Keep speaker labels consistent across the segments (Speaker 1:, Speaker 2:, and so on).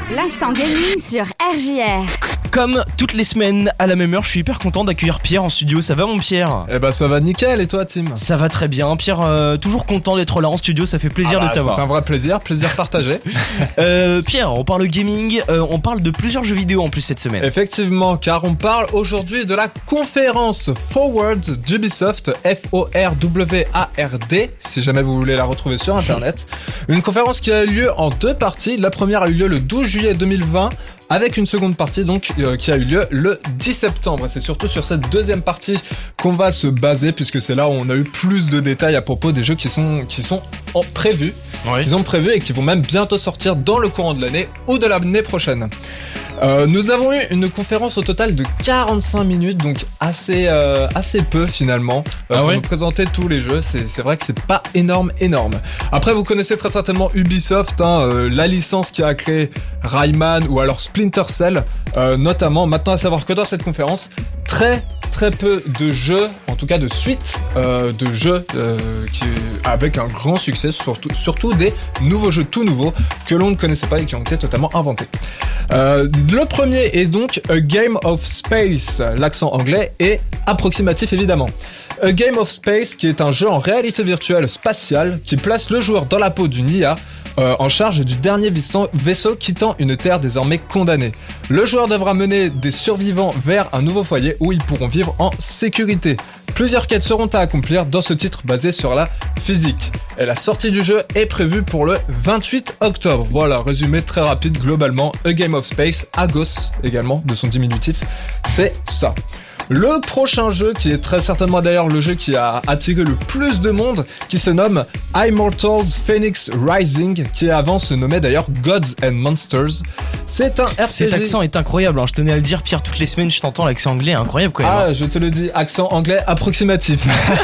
Speaker 1: L'instant gaming sur RJR.
Speaker 2: Comme toutes les semaines, à la même heure, je suis hyper content d'accueillir Pierre en studio. Ça va mon Pierre ?
Speaker 3: Eh ben ça va nickel, et toi Tim ?
Speaker 2: Ça va très bien. Pierre, toujours content d'être là en studio, ça fait plaisir de t'avoir.
Speaker 3: C'est un vrai plaisir partagé.
Speaker 2: Pierre, on parle gaming, on parle de plusieurs jeux vidéo en plus cette semaine.
Speaker 3: Effectivement, car on parle aujourd'hui de la conférence Forward d'Ubisoft, F-O-R-W-A-R-D, si jamais vous voulez la retrouver sur internet. Une conférence qui a eu lieu en deux parties. La première a eu lieu le 12 juillet 2020, avec une seconde partie donc qui a eu lieu le 10 septembre. Et c'est surtout sur cette deuxième partie qu'on va se baser, puisque c'est là où on a eu plus de détails à propos des jeux qui sont prévus,
Speaker 2: Oui.
Speaker 3: qu'ils ont prévus et qui vont même bientôt sortir dans le courant de l'année ou de l'année prochaine. Nous avons eu une conférence au total de 45 minutes, donc assez peu finalement, pour nous présenter tous les jeux. C'est vrai que c'est pas énorme. Après, vous connaissez très certainement Ubisoft, la licence qui a créé Rayman ou alors Splinter Cell, notamment. Maintenant, à savoir que dans cette conférence, très peu de jeux, en tout cas de suites de jeux avec un grand succès, surtout des nouveaux jeux tout nouveaux que l'on ne connaissait pas et qui ont été totalement inventés. Le premier est donc A Game of Space, l'accent anglais est approximatif évidemment. A Game of Space, qui est un jeu en réalité virtuelle spatiale qui place le joueur dans la peau d'une IA en charge du dernier vaisseau quittant une terre désormais condamnée. Le joueur devra mener des survivants vers un nouveau foyer où ils pourront vivre en sécurité. Plusieurs quêtes seront à accomplir dans ce titre basé sur la physique. Et la sortie du jeu est prévue pour le 28 octobre. Voilà, résumé très rapide globalement. A Game of Space, Agos également, de son diminutif, c'est ça. Le prochain jeu, qui est très certainement d'ailleurs le jeu qui a attiré le plus de monde, qui se nomme Immortals Phoenix Rising, qui avant se nommait d'ailleurs Gods and Monsters. C'est un RPG...
Speaker 2: Cet accent est incroyable, je tenais à le dire Pierre, toutes les semaines je t'entends l'accent anglais, incroyable quand même.
Speaker 3: Ah, je te le dis, accent anglais approximatif.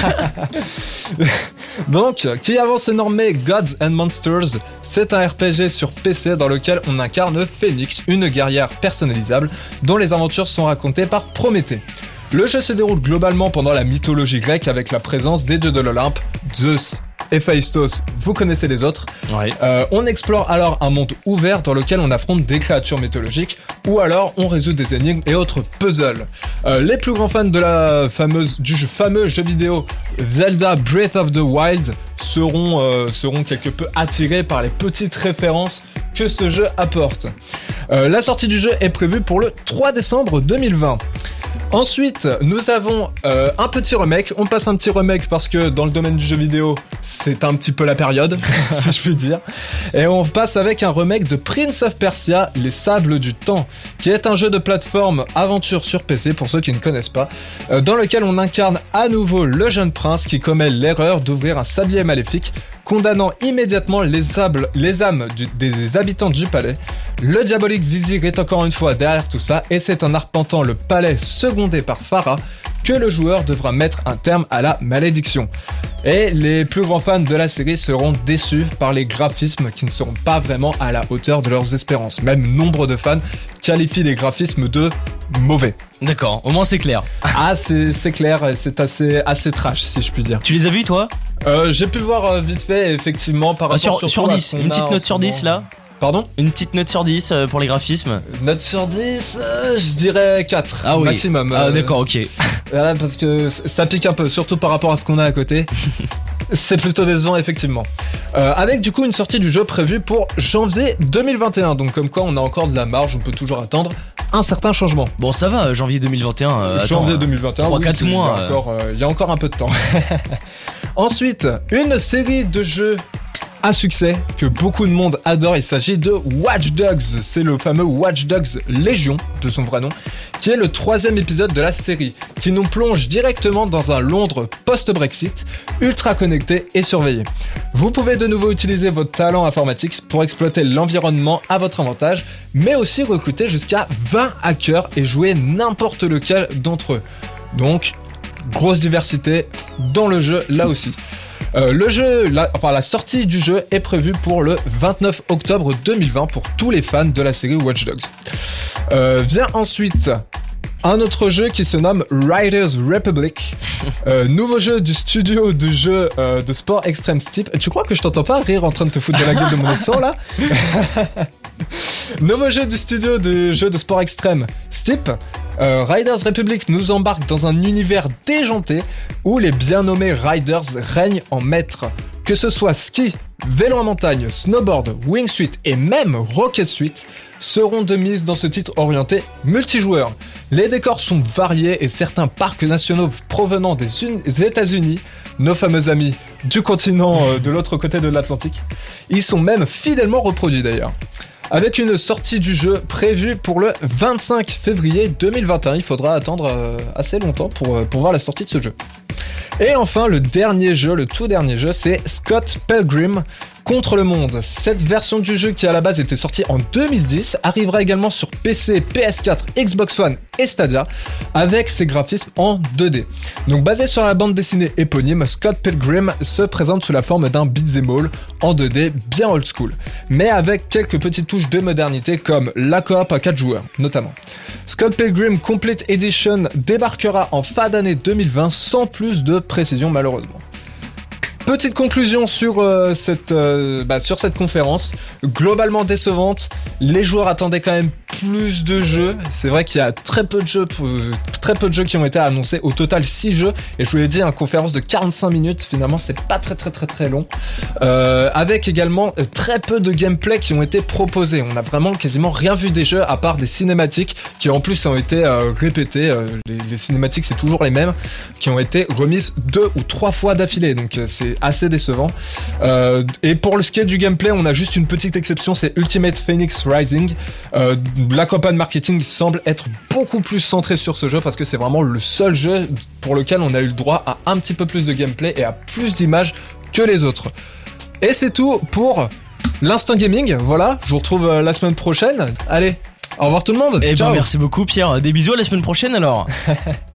Speaker 3: Donc, qui avant se nommait Gods and Monsters, c'est un RPG sur PC dans lequel on incarne Phoenix, une guerrière personnalisable dont les aventures sont racontées par Prométhée. Le jeu se déroule globalement pendant la mythologie grecque avec la présence des dieux de l'Olympe, Zeus, Héphaïstos, vous connaissez les autres.
Speaker 2: Ouais.
Speaker 3: On explore alors un monde ouvert dans lequel on affronte des créatures mythologiques ou alors on résout des énigmes et autres puzzles. Les plus grands fans de du fameux jeu vidéo Zelda Breath of the Wild seront quelque peu attirés par les petites références que ce jeu apporte. La sortie du jeu est prévue pour le 3 décembre 2020. Ensuite, nous avons un petit remake. On passe un petit remake parce que dans le domaine du jeu vidéo, c'est un petit peu la période, si je puis dire. Et on passe avec un remake de Prince of Persia, Les Sables du Temps, qui est un jeu de plateforme aventure sur PC, pour ceux qui ne connaissent pas, dans lequel on incarne à nouveau le jeune prince qui commet l'erreur d'ouvrir un sablier maléfique, condamnant immédiatement les âmes des habitants du palais. Le diabolique vizir est encore une fois derrière tout ça, et c'est en arpentant le palais secondé par Farah que le joueur devra mettre un terme à la malédiction. Et les plus grands fans de la série seront déçus par les graphismes qui ne seront pas vraiment à la hauteur de leurs espérances. Même nombre de fans qualifient les graphismes de mauvais.
Speaker 2: D'accord, au moins c'est clair.
Speaker 3: Ah, c'est clair, c'est assez trash si je puis dire.
Speaker 2: Tu les as vus toi ?
Speaker 3: J'ai pu voir vite fait, effectivement, par rapport
Speaker 2: sur 10, une petite note sur 10 là ?
Speaker 3: Pardon ?
Speaker 2: Une petite note sur 10 pour les graphismes ?
Speaker 3: Note sur 10, je dirais 4 maximum.
Speaker 2: Ah d'accord, ok.
Speaker 3: Voilà, parce que ça pique un peu, surtout par rapport à ce qu'on a à côté. C'est plutôt décevant, effectivement. Avec du coup une sortie du jeu prévue pour janvier 2021. Donc comme quoi on a encore de la marge, on peut toujours attendre un certain changement.
Speaker 2: Bon ça va, janvier 2021.
Speaker 3: Janvier 2021,
Speaker 2: 3-4 mois.
Speaker 3: Il y a encore un peu de temps. Ensuite, une série de jeux à succès que beaucoup de monde adore, il s'agit de Watch Dogs. C'est le fameux Watch Dogs Légion, de son vrai nom, qui est le 3e épisode de la série, qui nous plonge directement dans un Londres post-Brexit, ultra connecté et surveillé. Vous pouvez de nouveau utiliser votre talent informatique pour exploiter l'environnement à votre avantage, mais aussi recruter jusqu'à 20 hackers et jouer n'importe lequel d'entre eux. Donc, grosse diversité dans le jeu là aussi. La sortie du jeu est prévue pour le 29 octobre 2020 pour tous les fans de la série Watch Dogs. Vient ensuite un autre jeu qui se nomme Riders Republic, nouveau jeu du studio de jeux de sport Extreme Steep. Tu crois que je t'entends pas rire en train de te foutre de la gueule de mon accent là ? Nouveau jeu du studio de jeux de sport extrême Steep, Riders Republic nous embarque dans un univers déjanté où les bien nommés Riders règnent en maître. Que ce soit ski, vélo en montagne, snowboard, wingsuit et même rocket suite seront de mise dans ce titre orienté multijoueur. Les décors sont variés et certains parcs nationaux provenant des États-Unis, nos fameux amis du continent de l'autre côté de l'Atlantique, ils sont même fidèlement reproduits d'ailleurs. Avec une sortie du jeu prévue pour le 25 février 2021, il faudra attendre assez longtemps pour voir la sortie de ce jeu. Et enfin, le tout dernier jeu, c'est Scott Pilgrim contre le monde. Cette version du jeu qui à la base était sortie en 2010 arrivera également sur PC, PS4, Xbox One et Stadia avec ses graphismes en 2D. Donc basé sur la bande dessinée éponyme, Scott Pilgrim se présente sous la forme d'un beat'em all en 2D bien old school, mais avec quelques petites touches de modernité comme la coop à 4 joueurs notamment. Scott Pilgrim Complete Edition débarquera en fin d'année 2020 sans plus de précision malheureusement. Petite conclusion sur cette conférence, globalement décevante, les joueurs attendaient quand même plus de jeux, c'est vrai qu'il y a très peu de jeux qui ont été annoncés, au total 6 jeux, et je vous l'ai dit, une conférence de 45 minutes, finalement c'est pas très long, avec également très peu de gameplay qui ont été proposés, on a vraiment quasiment rien vu des jeux à part des cinématiques qui en plus ont été répétées, les cinématiques c'est toujours les mêmes, qui ont été remises 2 ou 3 fois d'affilée, donc c'est assez décevant. Et pour ce qui est du gameplay, on a juste une petite exception, c'est Ultimate Phoenix Rising. La campagne marketing semble être beaucoup plus centrée sur ce jeu parce que c'est vraiment le seul jeu pour lequel on a eu le droit à un petit peu plus de gameplay et à plus d'images que les autres. Et c'est tout pour l'instant gaming. Voilà, je vous retrouve la semaine prochaine. Allez, au revoir tout le monde.
Speaker 2: Et ciao. Merci beaucoup Pierre, des bisous à la semaine prochaine alors.